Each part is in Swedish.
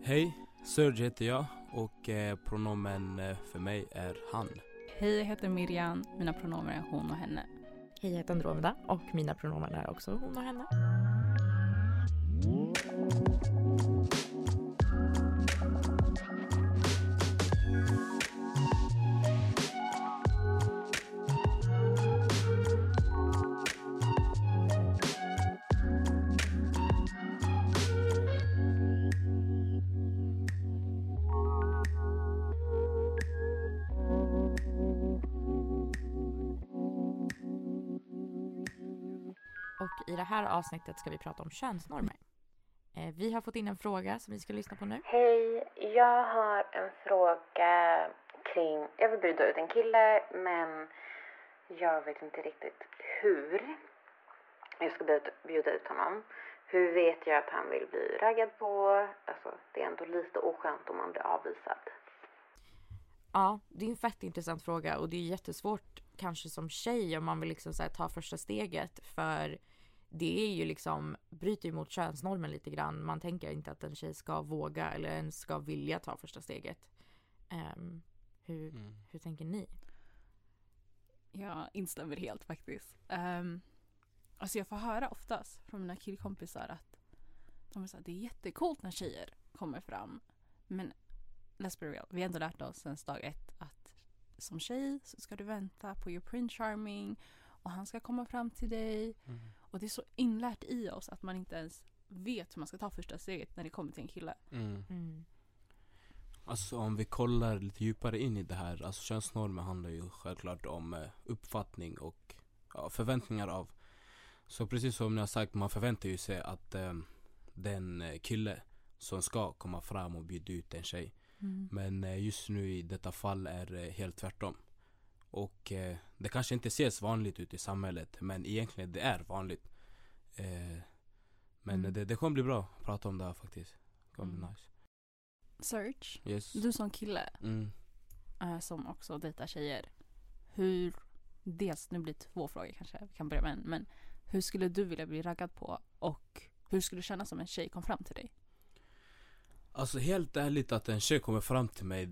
Hej, Serge heter jag och pronomen för mig är han. Hej, jag heter Miriam. Mina pronomen är hon och henne. Hej, jag heter Andromeda och mina pronomen är också hon och henne. Och i det här avsnittet ska vi prata om könsnormer. Vi har fått in en fråga som vi ska lyssna på nu. Hej, jag har en fråga kring... Jag vill bjuda ut en kille, men jag vet inte riktigt hur jag ska bjuda ut honom. Hur vet jag att han vill bli raggad på? Alltså, det är ändå lite oskönt om man blir avvisad. Ja, det är en fett intressant fråga och det är jättesvårt kanske som tjej om man vill liksom så här, ta första steget, för det är ju liksom bryter emot könsnormen lite grann. Man tänker inte att en tjej ska våga eller ens ska vilja ta första steget. Hur tänker ni? Jag instämmer helt faktiskt. Alltså jag får höra oftast från mina killkompisar att de säger att det är jättekult när tjejer kommer fram. Men let's be real, vi har ändå lärt oss sen dag 1 att som tjej så ska du vänta på your prince charming och han ska komma fram till dig. Och det är så inlärt i oss att man inte ens vet hur man ska ta första steget när det kommer till en kille. Alltså om vi kollar lite djupare in i det här, alltså könsnormer handlar ju självklart om uppfattning och förväntningar av. Så precis som ni har sagt, man förväntar ju sig att den kille som ska komma fram och bjuda ut en tjej. Men just nu i detta fall är det helt tvärtom. Och det kanske inte ses vanligt ut i samhället, men egentligen det är vanligt. Men det kommer bli bra att prata om det här faktiskt. Det kommer bli nice. Serge, Yes. du som kille som också dejtar tjejer. Dels, nu blir det 2 frågor kanske, vi kan börja med en. Men hur skulle du vilja bli raggad på och hur skulle du känna som en tjej kom fram till dig? Alltså helt ärligt att en tjej kommer fram till mig,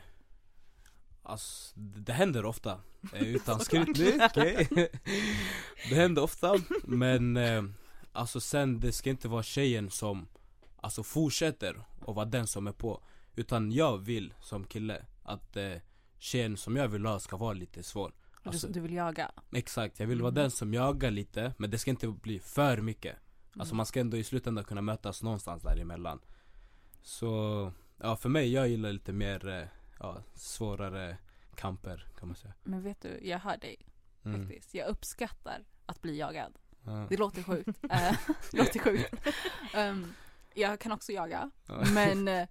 det händer ofta. Utan skrytning, okay. Det händer ofta. Men alltså sen det ska inte vara tjejen som alltså fortsätter och vara den som är på. Utan jag vill som kille att tjejen som jag vill ha ska vara lite svår. Alltså, du vill jaga? Exakt, jag vill vara den som jagar lite. Men det ska inte bli för mycket. Alltså man ska ändå i slutändan kunna mötas någonstans däremellan. Så ja, för mig, jag gillar lite mer svårare kamper kan man säga. Men vet du, jag hör dig faktiskt. Jag uppskattar att bli jagad. Det låter sjukt. Låter sjukt. Jag kan också jaga. Men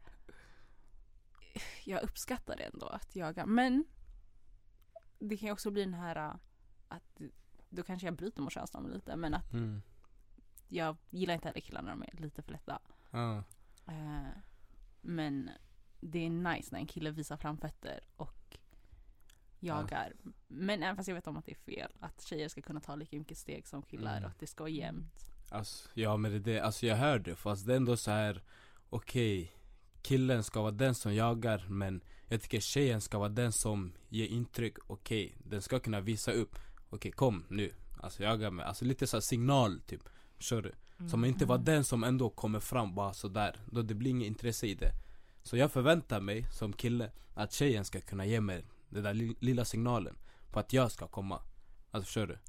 jag uppskattar det ändå att jaga. Men det kan ju också bli den här att då kanske jag bryter mot könsnormen lite. Men att jag gillar inte heller killar när de är lite för lätta. Men det är nice när en kille visar framfötter och jagar. Men även fast jag vet om att det är fel, att tjejer ska kunna ta lika mycket steg som killar och att det ska vara jämnt. Alltså, ja, men det alltså jag hör det, fast det är ändå så här okej, killen ska vara den som jagar, men jag tycker tjejen ska vara den som ger intryck. Okej, den ska kunna visa upp. Okej, kom nu, alltså jaga mig. Alltså lite så här signal typ. Kör du? Så man inte var den som ändå kommer fram bara så där. Då det blir inget intresse i det. Så jag förväntar mig som kille att tjejen ska kunna ge mig den där lilla signalen på att jag ska komma. Alltså förstår du?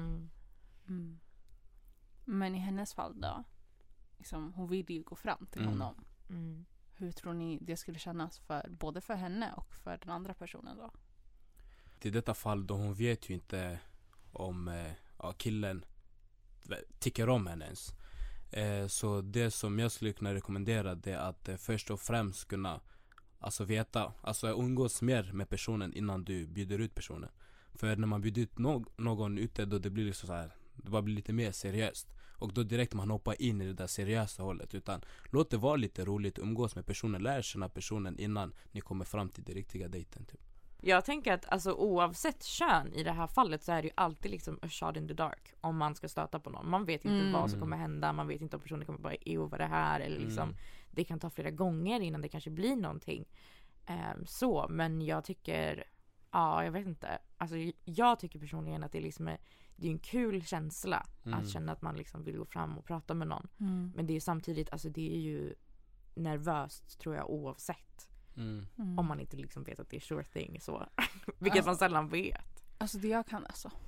Men i hennes fall då, liksom, hon vill ju gå fram till honom. Hur tror ni det skulle kännas för både för henne och för den andra personen då? I detta fall då hon vet ju inte om killen tycker om henne ens. Så det som jag skulle kunna rekommendera, det är att först och främst kunna alltså veta, alltså umgås mer med personen innan du bjuder ut personen. För när man bjuder ut någon ute, då det blir liksom så här, det bara blir lite mer seriöst. Och då direkt man hoppar in i det där seriösa hållet. Utan låt det vara lite roligt, umgås med personen, lär känna personen innan ni kommer fram till den riktiga dejten typ. Jag tänker att alltså, oavsett kön i det här fallet så är det ju alltid liksom a shot in the dark om man ska stöta på någon. Man vet inte vad som kommer hända, man vet inte om personen kommer bara vad det här eller liksom. det kan ta flera gånger innan det kanske blir någonting. Men jag tycker, jag vet inte. Alltså jag tycker personligen att det är liksom det är en kul känsla att känna att man liksom vill gå fram och prata med någon. Men det är samtidigt, alltså det är ju nervöst tror jag oavsett. Om man inte liksom vet att det är sure thing så. Vilket man sällan vet. Alltså det jag kan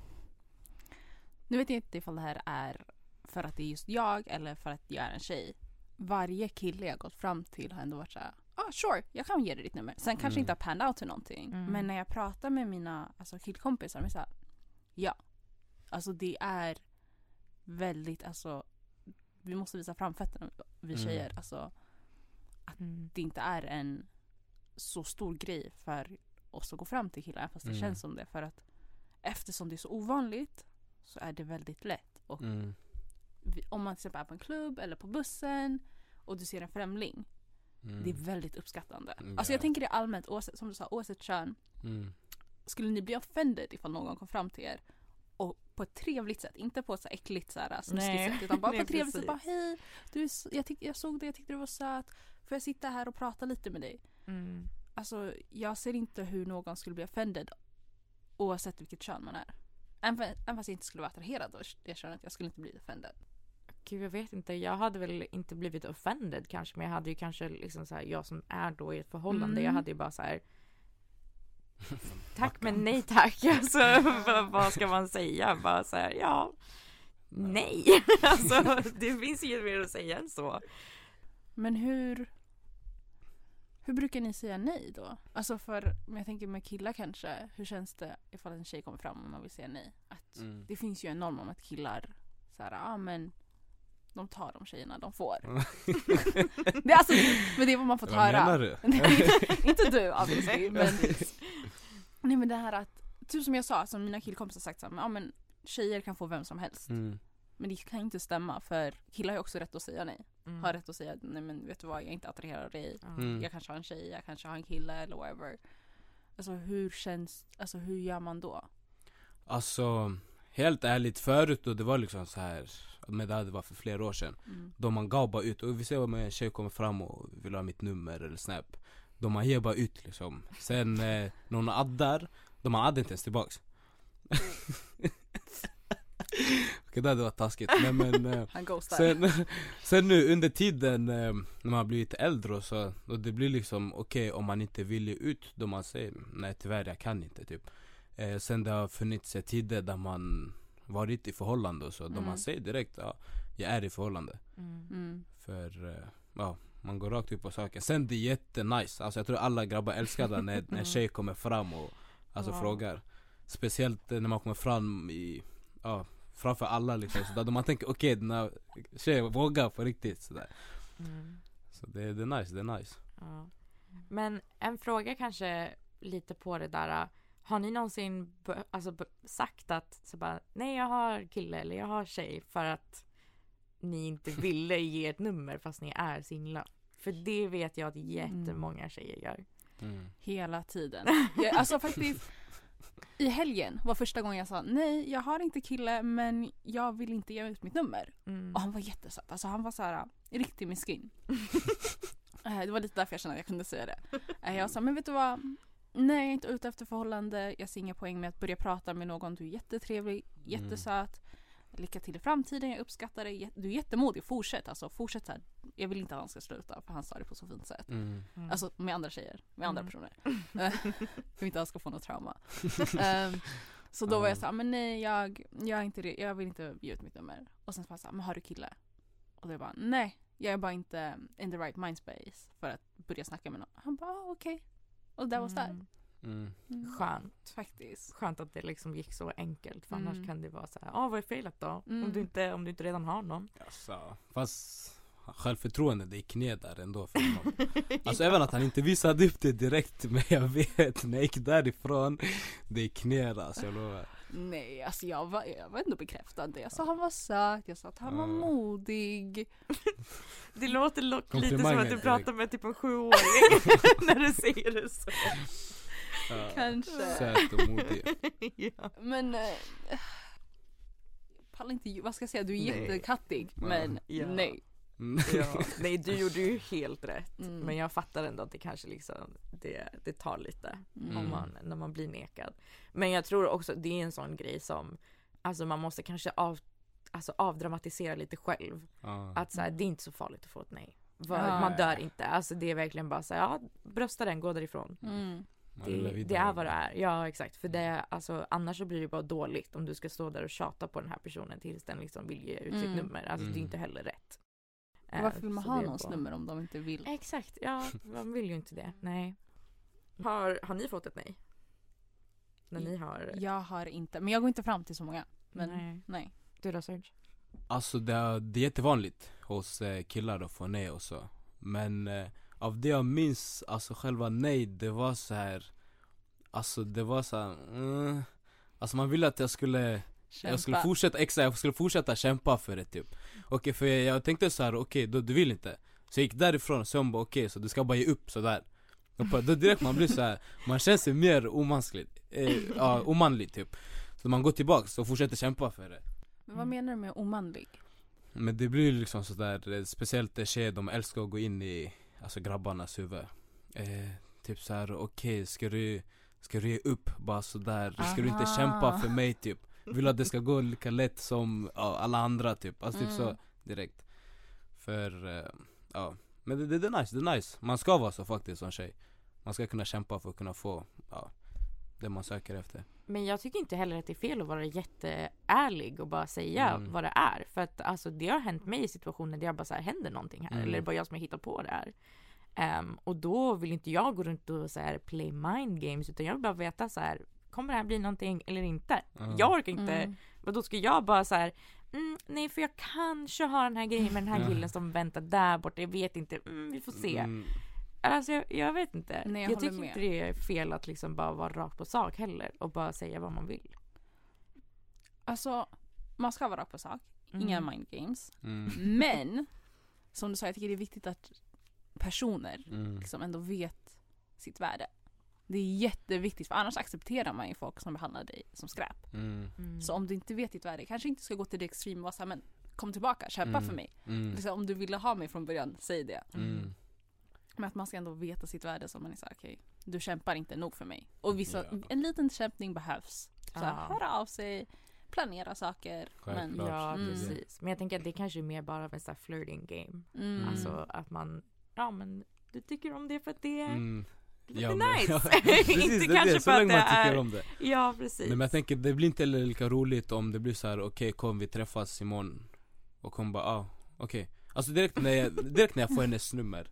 nu vet jag inte ifall det här är för att det är just jag eller för att jag är en tjej. Varje kille jag gått fram till har ändå varit såhär, sure, jag kan ge dig ditt nummer. Sen kanske inte har panned out till någonting. Men när jag pratar med mina killkompisar, de är ja. Alltså det är väldigt, vi måste visa framfötterna vi tjejer. Alltså att det inte är en så stor grej för oss att gå fram till killar, fast det känns som det. För att eftersom det är så ovanligt så är det väldigt lätt. Och om man till exempel är på en klubb eller på bussen och du ser en främling, det är väldigt uppskattande. Alltså jag tänker det allmänt, oavsett, som du sa, oavsett kön. Skulle ni bli offended ifall någon kom fram till er och på ett trevligt sätt, inte på ett så äckligt snuskigt sätt, utan bara på ett trevligt sätt, bara hej, jag såg dig, jag tyckte du var söt, får jag sitta här och prata lite med dig? Alltså jag ser inte hur någon skulle bli offended oavsett vilket kön man är. Även fast jag inte skulle vara attraherad av det könet, jag skulle inte bli offended. Gud, jag vet inte. Jag hade väl inte blivit offended kanske, men jag hade ju kanske liksom så här, jag som är då i ett förhållande, jag hade ju bara så här tack men nej tack. Alltså vad ska man säga? Bara så här, nej. Alltså det finns ju mer att säga än så. Men hur brukar ni säga nej då? Alltså för, jag tänker med killar kanske, hur känns det ifall en tjej kommer fram och man vill säga nej? Att det finns ju en norm om att killar så här, men de tar de tjejerna de får. Det är alltså, men det är vad man fått höra. Menar du? Inte du, obviously, men nej, men det här att typ som jag sa, som mina killkompisar sagt så här, men tjejer kan få vem som helst. Men det kan inte stämma, för killar har också rätt att säga nej. Har rätt att säga, nej men vet du vad, jag är inte attraherad av dig. Jag kanske har en tjej, jag kanske har en kille eller whatever. Alltså hur gör man då? Alltså helt ärligt, förut då det var liksom så här, men det var för flera år sedan, då man gav bara ut, och vi ser om en tjej kommer fram och vill ha mitt nummer eller snap, då man ger bara ut liksom. Sen någon addar, då man addar inte ens tillbaks. Okej, det var taskigt. Men sen nu under tiden när man har blivit äldre och så, och det blir liksom okej, om man inte vill ge ut, då man säger nej tyvärr jag kan inte typ. Sen det har funnits tider där man varit i förhållande och så, då man säger direkt jag är i förhållande. För man går rakt upp på saken. Sen det är jättenice. Alltså jag tror alla grabbar älskar det när en tjej kommer fram och frågar. Speciellt när man kommer fram framför alla liksom, så där man tänker okej, den här tjejen vågar på riktigt så där. Så det är nice. Ja. Men en fråga kanske lite på det där. Har ni någonsin sagt att så bara, nej jag har kille eller jag har tjej, för att ni inte ville ge ett nummer fast ni är singlar? För det vet jag att jättemånga tjejer gör. Hela tiden. Alltså faktiskt i helgen var första gången jag sa nej, jag har inte kille, men jag vill inte ge ut mitt nummer. Och han var jättesöt. Alltså han var så här riktigt miskin. Det var lite därför jag kände att jag kunde säga det. Jag sa, men vet du vad? Nej, jag är inte ute efter förhållande. Jag ser inga poäng med att börja prata med någon. Du är jättetrevlig, jättesöt. Lycka till i framtiden, jag uppskattar dig. Du är jättemodig, fortsätt så här. Jag vill inte att han ska sluta, för han sa det på så fint sätt. Alltså med andra tjejer, med andra personer. För inte han ska få något trauma. Så då var jag så här, men nej, jag vill inte ge ut mitt nummer. Och sen så var jag så här, men har du kille? Och då bara, nej, jag är bara inte in the right mind space för att börja snacka med någon. Han bara, okej. Och det var där. Skönt. Faktiskt. Skönt att det liksom gick så enkelt, för annars kan det vara så här, vad är felet då? Om du inte redan har någon. Alltså, fast självförtroende, det är knä där ändå för honom. Alltså även att han inte visade upp det direkt, men jag vet när jag gick därifrån, det är knä där, alltså jag lovar. Nej, alltså jag var ändå bekräftad. Jag sa han var söt, jag sa att han var modig. Det låter lite som att du pratar med typ en 7-åring när du säger det så. Kanske. Söt och modig. Ja. Men pallar inte, vad ska jag säga, du är jättekattig, men nej. Ja. Nej, du gjorde ju helt rätt. Men jag fattar ändå att det kanske liksom det tar lite när man blir nekad. Men jag tror också det är en sån grej som alltså man måste kanske avdramatisera lite själv. Att så här, det är inte så farligt att få ett nej. Man dör inte. Alltså det är verkligen bara så här, ja, brösta den, gå därifrån. Det är vad det är. Ja, exakt. För det, alltså, annars så blir det bara dåligt om du ska stå där och tjata på den här personen tills den liksom vill ge ut sitt nummer. Alltså det är inte heller rätt. Varför vill man ha någons nummer om de inte vill? Exakt, ja, man vill ju inte det. Nej. Har ni fått ett nej? När ni har... Jag har inte, men jag går inte fram till så många. Men nej. Du då, Serge? Alltså det är jättevanligt hos killar att få nej och så. Men av det jag minns, alltså själva nej, det var så här. Alltså det var så här, alltså man ville att jag skulle fortsätta kämpa för det typ. Okej, för jag tänkte så här, okej, då du vill inte. Så jag gick därifrån och så hon bara okej, så du ska bara ge upp så där. Då direkt man blir så här, man känner sig mer omanlig typ. Så man går tillbaka och fortsätter kämpa för det. Men vad menar du med omanlig? Men det blir liksom sådär, speciellt tjejer, de älskar att gå in i alltså grabbarnas huvud. Typ så här, okej, ska du ge upp bara sådär? Ska du inte kämpa för mig typ? Vill att det ska gå lika lätt som alla andra typ. Alltså typ så direkt. För men det är nice. Man ska vara så faktiskt som tjej. Man ska kunna kämpa för att kunna få det man söker efter. Men jag tycker inte heller att det är fel att vara jätteärlig och bara säga vad det är. För att alltså, det har hänt mig i situationer där jag bara så här, händer någonting här. Eller bara jag som hittar på det här. Och då vill inte jag gå runt och så här, play mind games. Utan jag vill bara veta så här, kommer det här bli någonting eller inte? Jag orkar inte. Men då ska jag bara så här, nej, för jag kanske har den här grejen med den här killen som väntar där borta. Jag vet inte, vi får se. Alltså jag vet inte. Nej, jag tycker inte det är fel att liksom bara vara rakt på sak heller. Och bara säga vad man vill. Alltså, man ska vara rakt på sak. Inga mind games. Men, som du sa, jag tycker det är viktigt att personer liksom ändå vet sitt värde. Det är jätteviktigt, för annars accepterar man ju folk som behandlar dig som skräp. Så om du inte vet ditt värde, kanske inte ska gå till det extrem och vara så här, men kom tillbaka, kämpa för mig. Liksom, om du ville ha mig från början, säg det. Men att man ska ändå veta sitt värde, så man är så här, okej, du kämpar inte nog för mig. Och en liten kämpning behövs. Så här, höra av sig, planera saker. Men, precis. Men jag tänker att det kanske är mer bara av en sån här flirting game. Alltså att man, men du tycker om det för att det är nice. Precis, inte kanske för att det är om det. Ja, precis. Men jag tänker, det blir inte lika roligt om det blir så här, okej, kom vi träffas imorgon. Och hon bara, okej. Alltså direkt när jag får hennes nummer.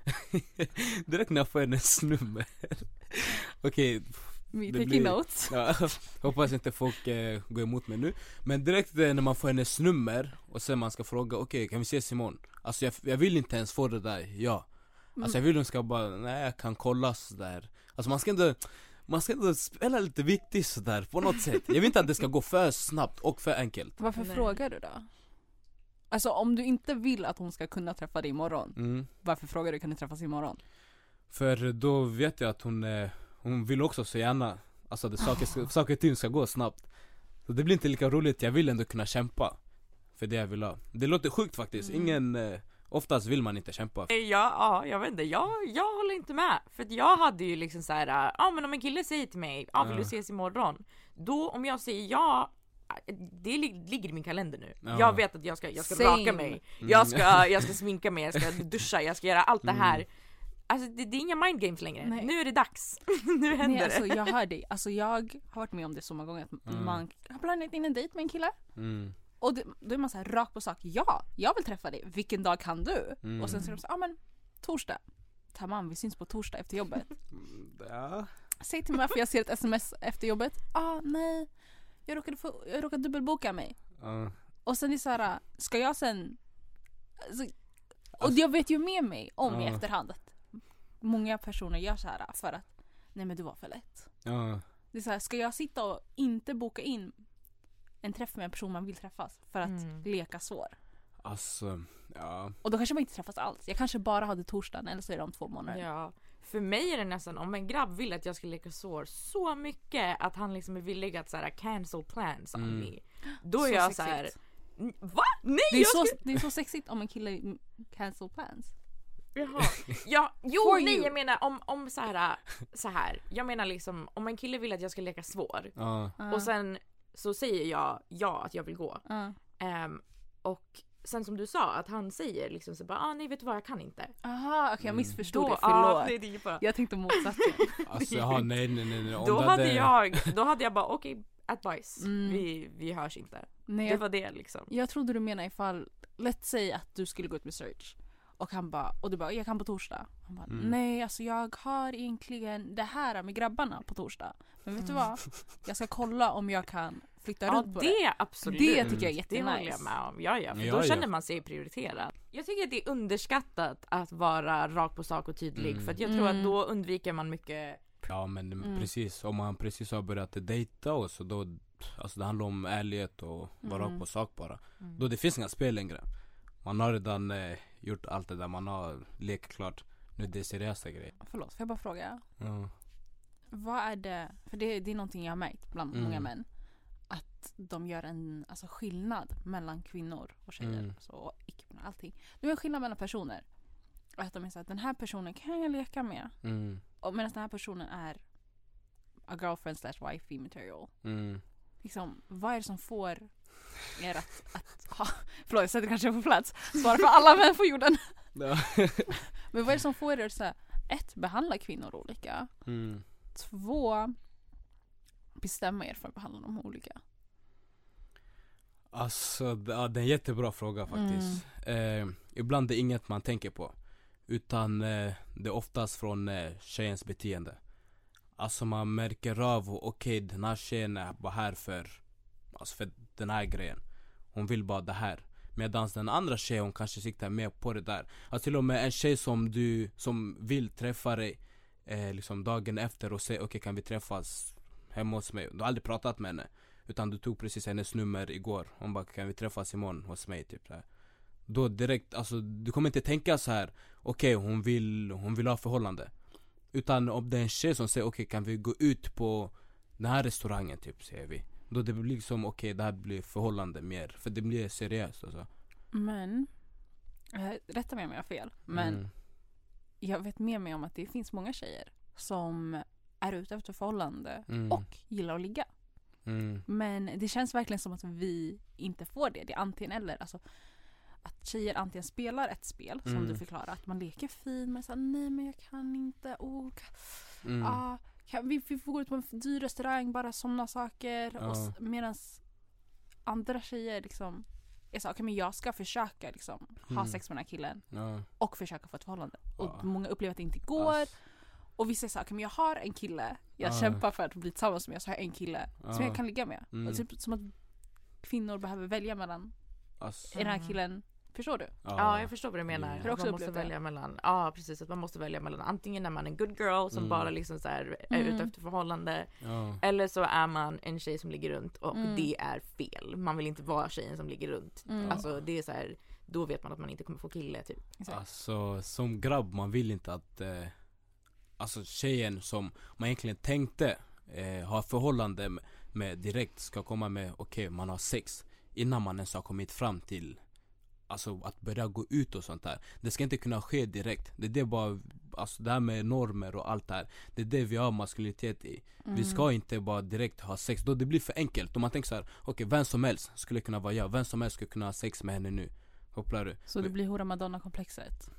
Okej. taking notes. Hoppas inte folk går emot mig nu. Men direkt när man får hennes nummer och sen man ska fråga, okej, kan vi ses imorgon? Alltså jag vill inte ens få det där, Alltså jag vill ska bara, nej, jag kan kolla sådär. Alltså man ska ändå spela lite viktigt sådär på något sätt. Jag vill inte att det ska gå för snabbt och för enkelt. Varför frågar du då? Alltså om du inte vill att hon ska kunna träffa dig imorgon, varför frågar du, kan ni träffas imorgon? För då vet jag att hon vill också så gärna, alltså att saker och ting ska gå snabbt. Så det blir inte lika roligt, jag vill ändå kunna kämpa för det jag vill ha. Det låter sjukt faktiskt, oftast vill man inte kämpa. Ja, jag vet inte, jag håller inte med. För att jag hade ju liksom så här, men om en kille säger till mig, vill du ses imorgon? Då om jag säger ja, det ligger i min kalender nu. Jag vet att jag ska raka mig. Jag ska sminka mig, jag ska duscha, jag ska göra allt det här. Alltså det är inga mind games längre. Nej. Nu är det dags. Nu händer det. Alltså jag hör dig. Alltså jag har varit med om det så många gånger att man har planerat in en dejt med en kille. Och då är man så här rakt på sak. Ja, jag vill träffa dig. Vilken dag kan du? Och sen säger de så här, men torsdag. Tamam, vi syns på torsdag efter jobbet. Säg till mig varför jag ser ett sms efter jobbet. Nej. Jag råkade dubbelboka mig. Och sen är det så här, ska jag sen... Alltså, och jag vet ju med mig om i efterhand att många personer gör så här för att nej, men det var för lätt. Det är så här, ska jag sitta och inte boka in en träff med en person man vill träffas för att leka svår? Alltså, Och då kanske man inte träffas alls. Jag kanske bara hade torsdagen, eller så är det om 2 månader. Ja. För mig är det nästan, om en grabb vill att jag ska leka svår så mycket att han liksom är villig att så här, cancel plans on me. Då är jag så här, Va? Nej, det är så sexigt om en kille cancel plans. Jaha. Ja, jo, For nej, you. jag menar om så här. Jag menar liksom, om en kille vill att jag ska leka svår och sen så säger jag ja att jag vill gå. Och sen som du sa, att han säger liksom så bara, nej vet du vad, jag kan inte. Aha, okej, jag missförstod Då, det, förlåt. nej, det är bara... Jag tänkte motsatsen. Alltså, nej. Om Då hade jag bara, okej, advice. Vi hörs inte. Nej, Det var det liksom. jag trodde du menar ifall, let's say att du skulle gå ut med Search. Och han bara, och du bara, jag kan på torsdag. Han bara, nej alltså jag har egentligen det här med grabbarna på torsdag. Men vet du vad? Jag ska kolla om jag kan flytta runt på det. Det absolut. Det tycker jag är Det jättenice. håller jag med om. Ja, för Ja, då ja. känner man sig prioriterad. Jag tycker att det är underskattat att vara rak på sak och tydlig. För att jag tror att då undviker man mycket. Ja, men precis. Om man precis har börjat dejta och så då, alltså det handlar om ärlighet och vara rak på sak bara. Då det finns inga spel längre. Man har redan gjort allt det där, man har lekt klart. Nu är det seriösa grejer. Förlåt, får jag bara fråga? Ja. Vad är det, för det är någonting jag har märkt bland många män. Att de gör en skillnad mellan kvinnor och tjejer. Så icke allting. Det är en skillnad mellan personer. Och att de är så att den här personen kan jag leka med. Och medan den här personen är a girlfriend / wifey material. Liksom, vad är det som får er att ha, förlåt jag sätter kanske på plats, svara för alla män på jorden. Men vad är det som får er att så här, 1. behandla kvinnor olika, 2. bestämma er för att behandla dem olika? Alltså, det är en jättebra fråga faktiskt. Ibland är det inget man tänker på, utan det är oftast från tjejens beteende. Alltså man märker av, okej, den här tjejen är bara här för den här grejen. Hon vill bara det här. Medan den andra tjejen, hon kanske siktar mer på det där. Alltså till och med en tjej som vill träffa dig liksom dagen efter och säga, okej, kan vi träffas hemma hos mig? Du har aldrig pratat med henne, utan du tog precis hennes nummer igår. Hon bara, kan vi träffas imorgon hos mig? Typ där. Då direkt, alltså du kommer inte tänka så här, okej, hon vill ha förhållande. Utan om det är en tjej som säger, okej, kan vi gå ut på den här restaurangen typ, säger vi. Då det blir liksom, okej, det här blir förhållande mer. För det blir seriöst alltså. Men rätta mig om jag har fel, men jag vet med mig om att det finns många tjejer som är ute efter förhållande och gillar att ligga. Men det känns verkligen som att vi inte får det. Det är antingen eller. Alltså, att tjejer antingen spelar ett spel som du förklarar, att man leker fin, men såhär, nej men jag kan inte. Vi får gå ut på en dyr restaurang, bara sådana saker. Medan andra tjejer liksom är så, okej, men jag ska försöka liksom ha sex med den här killen och försöka få ett förhållande. Och många upplever att det inte går. Och vissa säger, okej, men jag har en kille, jag kämpar för att bli tillsammans med, så har jag en kille som jag kan ligga med. Och typ som att kvinnor behöver välja mellan är den här killen. Förstår du? Ja, jag förstår vad du menar. För Man måste välja mellan, ja precis, att man måste välja mellan antingen när man är en good girl som bara liksom så här är ute efter förhållande, eller så är man en tjej som ligger runt och det är fel. Man vill inte vara tjejen som ligger runt. Alltså det är så här, då vet man att man inte kommer få kille typ. Alltså som grabb, man vill inte att alltså tjejen som man egentligen tänkte ha förhållande med direkt ska komma med, okej, man har sex innan man ens har kommit fram till alltså att börja gå ut och sånt där. Det ska inte kunna ske direkt. Det är bara, alltså det här med normer och allt det här. Det är det vi har maskulinitet i. Vi ska inte bara direkt ha sex. Då det blir för enkelt. Om man tänker så här, okej, vem som helst skulle kunna vara jag. Vem som helst skulle kunna ha sex med henne nu. Kopplar du? Så det blir hora Madonna-komplexet.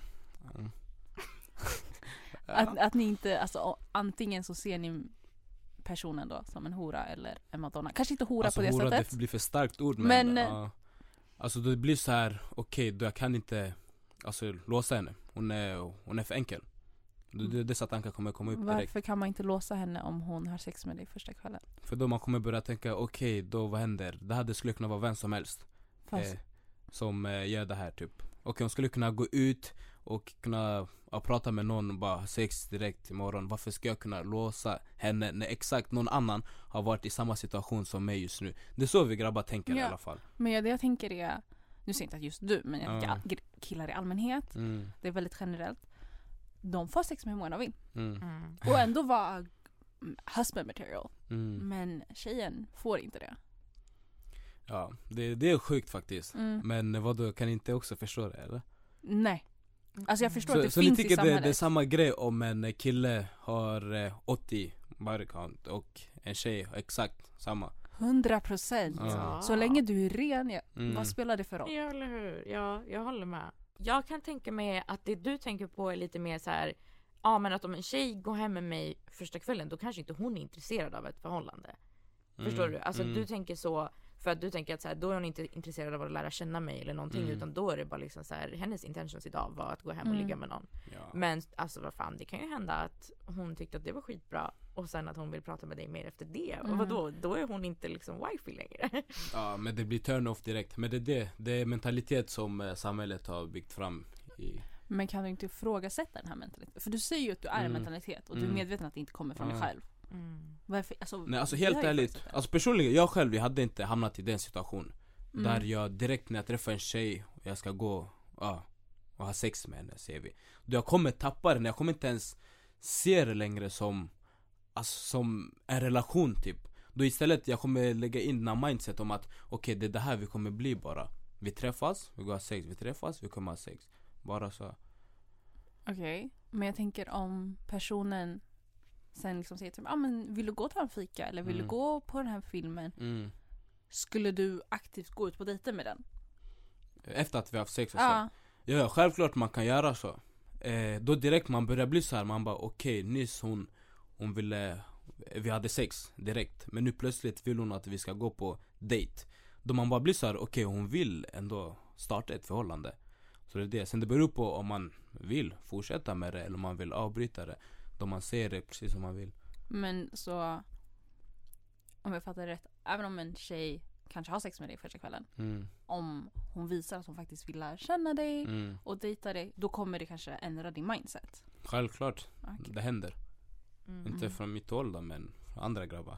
Att ni inte, alltså antingen så ser ni personen då som en hora eller en Madonna. Kanske inte hora alltså, på det hora, sättet. Det blir för starkt ord, men alltså det blir så här, okej, då jag kan inte alltså låsa henne. Hon är för enkel. Dessa tankar kommer komma upp direkt. Varför kan man inte låsa henne om hon har sex med dig första kvällen? För då man kommer börja tänka, okej, då vad händer? Det här skulle kunna vara vem som helst som gör det här typ. Okej, hon skulle kunna gå ut och kunna prata med någon och bara sex direkt imorgon. Varför ska jag kunna låsa henne när exakt någon annan har varit i samma situation som mig just nu? Det är så vi grabbar tänker i alla fall. Men det jag tänker är, nu säger inte att just du, men jag tänker killar i allmänhet, det är väldigt generellt. De får sex med hur många de vill. Och ändå vara husband material. Men tjejen får inte det. Ja, det är sjukt faktiskt. Men vadå, kan ni inte också förstå det eller? Nej. Alltså jag förstår att det Så finns ni i tycker samhället. det är samma grej om en kille har 80 body count och en tjej har exakt samma? 100%. Ja. Så länge du är ren, vad spelar det för roll? Ja, eller hur? Ja, jag håller med. Jag kan tänka mig att det du tänker på är lite mer så här, ja men att om en tjej går hem med mig första kvällen, då kanske inte hon är intresserad av ett förhållande. Förstår du? Alltså du tänker så, för att du tänker att så här, då är hon inte intresserad av att lära känna mig eller någonting, utan då är det bara liksom så här, hennes intentions idag var att gå hem och ligga med någon. Ja. Men alltså vad fan, det kan ju hända att hon tyckte att det var skitbra och sen att hon vill prata med dig mer efter det. Och vadå? Då är hon inte liksom wifey längre. Ja, men det blir turn off direkt. Men det är mentalitet som samhället har byggt fram i... Men kan du inte ifrågasätta den här mentaliteten? För du säger ju att du är en mentalitet och du är medveten att det inte kommer från dig själv. Varför? Nej, alltså helt ärligt, alltså personligen, jag själv, jag hade inte hamnat i den situation där jag direkt när jag träffar en tjej och jag ska gå och ha sex med henne, ser vi. Då jag kommer tappa den, jag kommer inte ens se det längre som en relation typ. Då istället jag kommer lägga in en mindset om att okej, det är det här vi kommer bli bara. Vi träffas, vi går ha sex, vi träffas, vi kommer ha sex. Bara så. Okej, men jag tänker om personen sen liksom säger till mig, men vill du gå och ta en fika? Eller vill du gå på den här filmen? Skulle du aktivt gå ut på dejter med den? Efter att vi har haft sex och så. Ja, självklart man kan göra så. Då direkt man börjar bli så här, man bara okej, nyss hon ville, vi hade sex direkt. Men nu plötsligt vill hon att vi ska gå på dejt. Då man bara blir så här, okej, hon vill ändå starta ett förhållande. Så det är det. Sen det beror på om man vill fortsätta med det eller om man vill avbryta det. Då man ser det precis som man vill. Men så, om jag fattar rätt, även om en tjej kanske har sex med dig första kvällen, om hon visar att hon faktiskt vill lära känna dig och dejta dig, då kommer det kanske ändra din mindset. Självklart, Okay. det händer. Inte från mitt håll då, men från andra grabbar.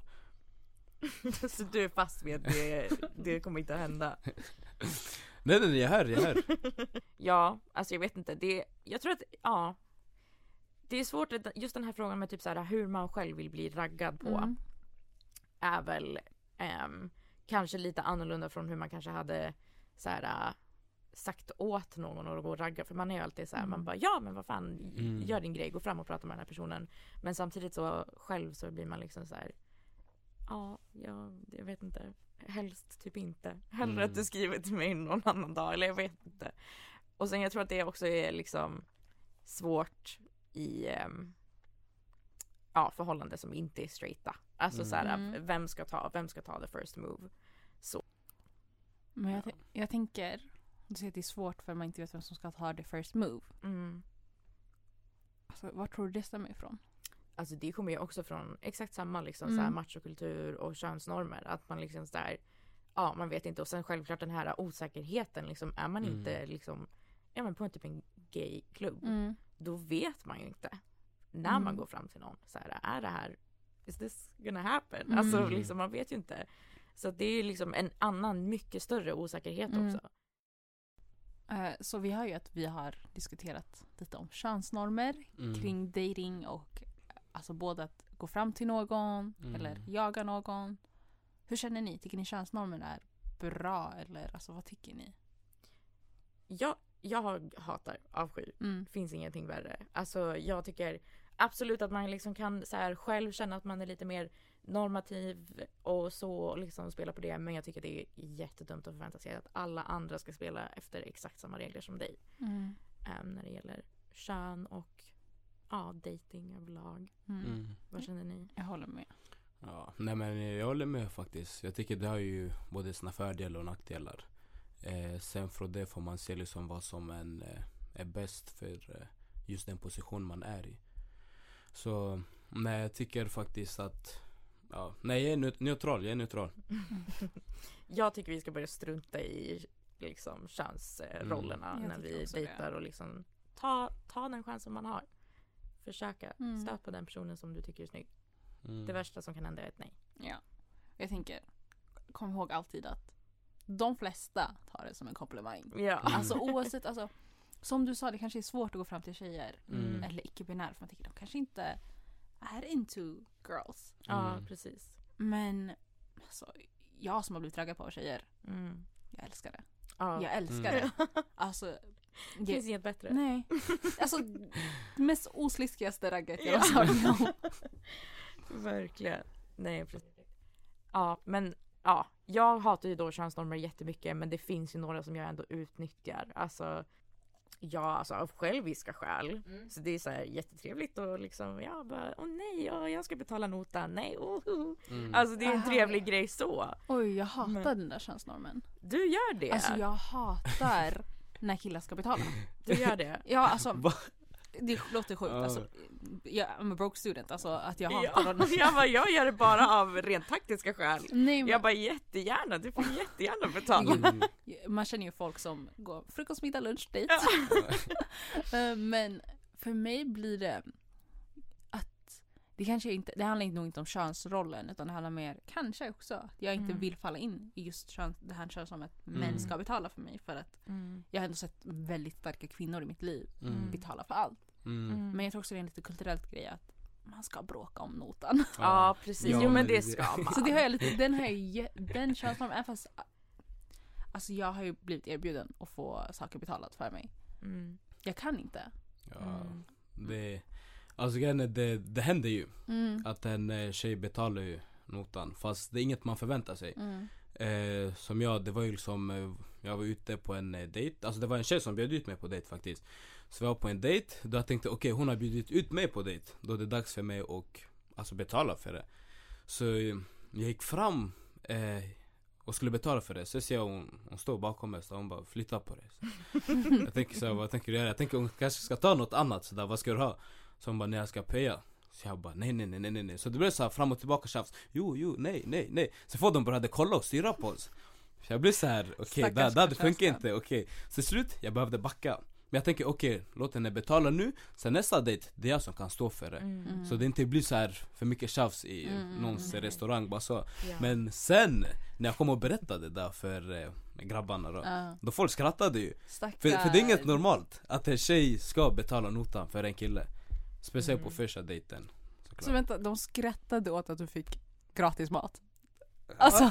Så du är fast med att det kommer inte att hända. Nej, jag hör. Ja, alltså jag vet inte. Jag tror att, det är svårt, just den här frågan med typ så här, hur man själv vill bli raggad på är väl kanske lite annorlunda från hur man kanske hade så här, sagt åt någon att gå och ragga. För man är ju alltid så här, man bara, ja men vad fan, gör din grej, gå fram och prata med den här personen. Men samtidigt så själv så blir man liksom så här, jag vet inte, helst typ inte. Hellre att du skriver till mig någon annan dag, eller jag vet inte. Och sen jag tror att det också är liksom svårt i förhållanden som inte är straighta. Alltså så här, vem ska ta the first move? Så. Men jag tänker, du säger att det är svårt för man inte vet vem som ska ta the first move. Alltså, var tror du det stämmer ifrån? Alltså det kommer ju också från exakt samma liksom så här machokultur och könsnormer, att man liksom så där, man vet inte, och sen självklart den här osäkerheten liksom, är man inte liksom på en typ en gayklubb, då vet man ju inte när man går fram till någon så här, är det här, is this gonna happen? Alltså liksom, man vet ju inte. Så det är liksom en annan mycket större osäkerhet också. Så vi har ju vi har diskuterat lite om könsnormer kring dating och alltså både att gå fram till någon eller jaga någon. Hur känner ni? Tycker ni könsnormen är bra eller alltså vad tycker ni? Jag hatar avsky. Finns ingenting värre. Alltså jag tycker absolut att man liksom kan så här själv känna att man är lite mer normativ och så liksom spela på det, men jag tycker det är jättedumt att förvänta sig att alla andra ska spela efter exakt samma regler som dig. När det gäller kön och dating överlag. Vad känner ni? Jag håller med. Ja, nej men jag håller med faktiskt. Jag tycker det har ju både sina fördelar och nackdelar. Sen från det får man se liksom vad som är bäst för just den position man är i. Så nej, jag tycker faktiskt att jag är neutral. Jag tycker vi ska börja strunta i liksom könsrollerna när vi dejtar och liksom ta den chansen man har. Försöka stöta på den personen som du tycker är snygg. Det värsta som kan hända är ett nej. Ja. Jag tänker, kom ihåg alltid att de flesta tar det som en komplimang. Ja. Alltså oavsett, alltså, som du sa, det kanske är svårt att gå fram till tjejer eller icke-binära, för man tänker de kanske inte är into girls. Ja, precis. Men alltså, jag som har blivit raggad på av tjejer. Jag älskar det. Ja. Jag älskar det. Alltså, Det finns inget bättre. nej. Alltså, det mest osliskigaste ragget jag Ja. har varit med om. Verkligen. Nej, precis. Ja, men ja, jag hatar ju då könsnormer jättemycket, men det finns ju några som jag ändå utnyttjar. Alltså, alltså av själviska skäl. Så det är så här jättetrevligt och liksom, jag bara, nej, jag ska betala notan. Nej, Alltså det är en trevlig grej så. Oj, jag hatar Men- den där könsnormen. Du gör det. Alltså jag hatar när killar ska betala. Du gör det. Ja, alltså Va? det låter sjukt. Ja. Alltså, I'm a broke student. Alltså att jag hatar dem. Jag gör det bara av rent taktiska skäl. Nej, men, Jag bara jättegärna, du får jättegärna betala. Mm. man känner ju folk som går frukost, middag, lunch, dejt. Men för mig blir det att det kanske inte, det handlar nog inte om könsrollen, utan det handlar mer kanske också att jag inte vill falla in i just det här könsrollen att män ska betala för mig, för att jag har ändå sett väldigt starka kvinnor i mitt liv betala för allt. Men jag tror också det är en lite kulturellt grej att man ska bråka om notan. Ja, precis. Ja, Jo, men men det det- ska man. Så det har jag lite, den könsnormen, även fast alltså jag har ju blivit erbjuden att få saker betalat för mig. Jag kan inte. Ja, alltså grejen är, det händer ju att en tjej betalar ju notan, fast det är inget man förväntar sig. Som det var ju liksom, jag var ute på en dejt, alltså det var en tjej som bjöd ut mig på dejt faktiskt. Så jag var på en dejt, då jag tänkte okej, hon har bjudit ut mig på dejt, då är det dags för mig att alltså betala för det. Så jag gick fram och skulle betala för det, så ser jag hon står bakom mig, så hon bara flytta på det. Så jag tänker så här, vad tänker du göra? Jag tänker hon kanske ska ta något annat, så där, vad ska du ha? Så hon bara, nej jag ska pöja. Så jag bara, nej. Så det blev så här fram och tillbaka tjafs. Jo, nej. Så får de började kolla och styra på oss. Så jag blev så här, okej, det funkar inte, okej. Så till slut, jag behövde backa. Men jag tänker, okej, låt henne betala nu. Sen nästa dejt, det är jag som kan stå för det. Så det inte blir så här för mycket tjafs i någons restaurang, bara så. Ja. Men sen, när jag kom och berättade där för grabbarna då folk skrattade ju. För det är inget normalt att en tjej ska betala notan för en kille. Speciellt på första dejten. Så vänta, de skrattade åt att du fick gratis mat. Alltså.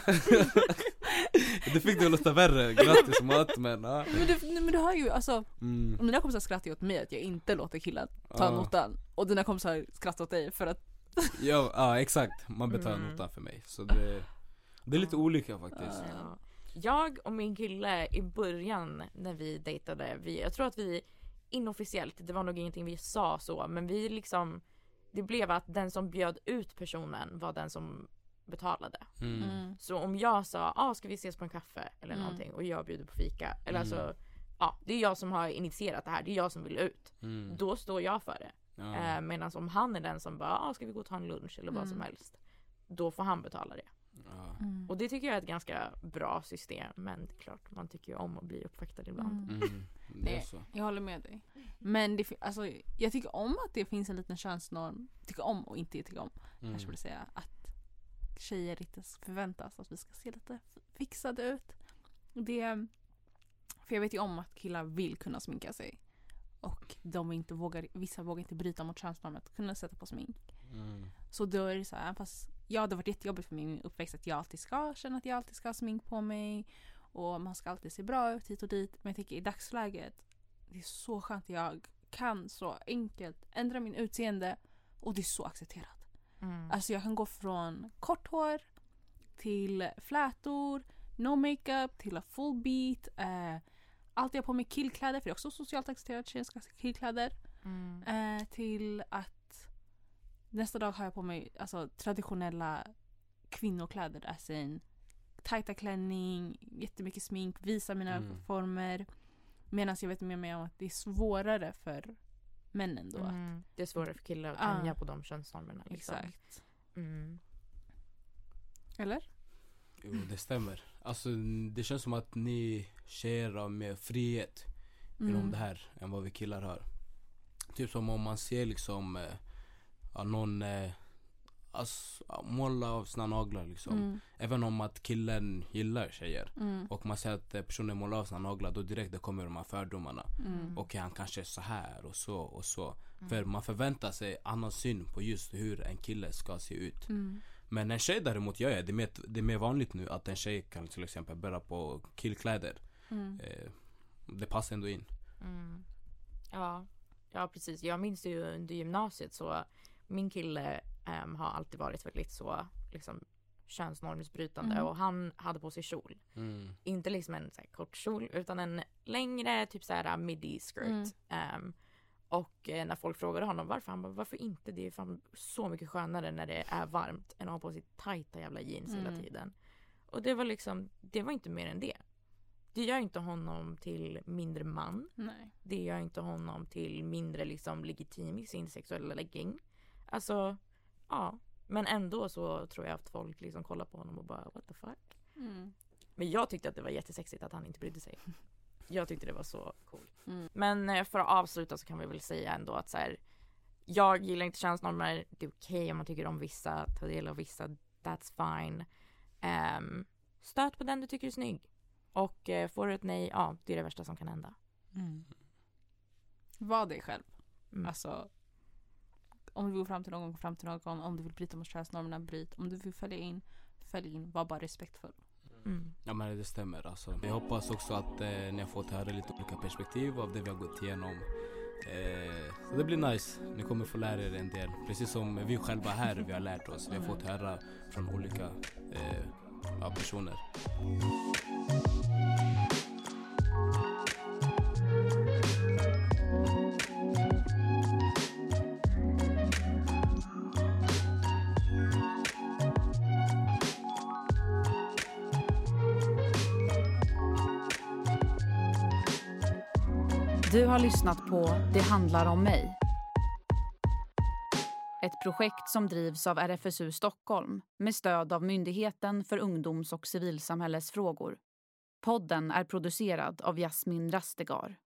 Det fick det att låta värre, gratis mat, men ja. Men du har ju, alltså mina kompisar skrattar ju åt mig att jag inte låter killen ta notan. Och dina kompisar skrattar åt dig för att Ja, exakt, man betalar notan för mig. Så det är lite olika faktiskt. Ja. Jag och min kille i början när vi dejtade, jag tror att vi inofficiellt, det var nog ingenting vi sa så, men vi liksom, det blev att den som bjöd ut personen var den som betalade. Så om jag sa, ska vi ses på en kaffe eller någonting, och jag bjuder på fika, eller alltså, det är jag som har initierat det här, det är jag som vill ut, då står jag för det. Medan om han är den som bara, ska vi gå och ta en lunch eller vad som helst, då får han betala det. Och det tycker jag är ett ganska bra system, men det är klart, man tycker ju om att bli uppvaktad ibland. Det är så. Jag håller med dig. Men alltså, jag tycker om att det finns en liten könsnorm. Tycker om och inte tycker om. Kanske vill säga att tjejer inte förväntas att vi ska se lite fixade ut. För jag vet ju om att killar vill kunna sminka sig. Och vissa vågar inte bryta mot könsnormen att kunna sätta på smink. Så då är det så här, fast det har varit jättejobbigt för min uppväxt att jag alltid ska känna att jag alltid ska ha smink på mig. Och man ska alltid se bra ut hit och dit. Men jag tycker i dagsläget, det är så skönt att jag kan så enkelt ändra min utseende. Och det är så accepterat. Alltså jag kan gå från kort hår till flätor, no makeup, till a full beat. Alltid har på mig killkläder, för det är också socialt accepterat, tjejer ska ha killkläder. Till att nästa dag har jag på mig alltså, traditionella kvinnokläder, alltså en tajta klänning, jättemycket smink, visa mina former. Medan jag vet med mig om att det är svårare för männen då. Det är svårare för killar att tänja på de könsnormerna. Liksom. Exakt. Eller? Jo, det stämmer. Alltså det känns som att ni tjejer har mer frihet inom det här än vad vi killar har. Typ som om man ser liksom någon måla av sina naglar liksom. Även om att killen gillar tjejer och man ser att personen målar av sina naglar, då direkt det kommer de här fördomarna. Och han kanske är så här och så och så. För man förväntar sig annan syn på just hur en kille ska se ut. Men en tjej däremot gör jag. Det är mer vanligt nu att en tjej kan till exempel bära på killkläder. Det passar ändå in. Ja, precis. Jag minns ju under gymnasiet så min kille har alltid varit väldigt så liksom könsnormsbrytande och han hade på sig kjol. Inte liksom en så här, kort kjol utan en längre typ så här midi skirt. Och när folk frågade honom varför, han bara, varför inte? Det är fan så mycket skönare när det är varmt än att ha på sig tajta jävla jeans hela tiden. Och det var liksom, det var inte mer än det. Det gör inte honom till mindre man. Nej. Det gör inte honom till mindre liksom legitim i sin sexuella läggning. Alltså, ja. Men ändå så tror jag att folk liksom kollar på honom och bara, what the fuck? Men jag tyckte att det var jättesexigt att han inte brydde sig. Jag tyckte det var så cool. Men för att avsluta så kan vi väl säga ändå att så här, jag gillar inte könsnormer. Det är okej om man tycker om vissa, ta del av vissa, that's fine. Stöt på den du tycker är snygg. Och får du ett nej, ja, det är det värsta som kan hända. Var dig själv. Alltså, om du vill gå fram till någon, om du vill bryta mot könsnormerna, bryt. Om du vill följa in, var bara respektfull. Ja, men det stämmer alltså. Jag hoppas också att ni har fått höra lite olika perspektiv av det vi har gått igenom. Så det blir nice. Ni kommer få lära er en del. Precis som vi själva här, vi har lärt oss. Vi har fått höra från olika personer. Du har lyssnat på Det handlar om mig. Ett projekt som drivs av RFSU Stockholm med stöd av Myndigheten för ungdoms- och civilsamhällesfrågor. Podden är producerad av Jasmin Rastegar.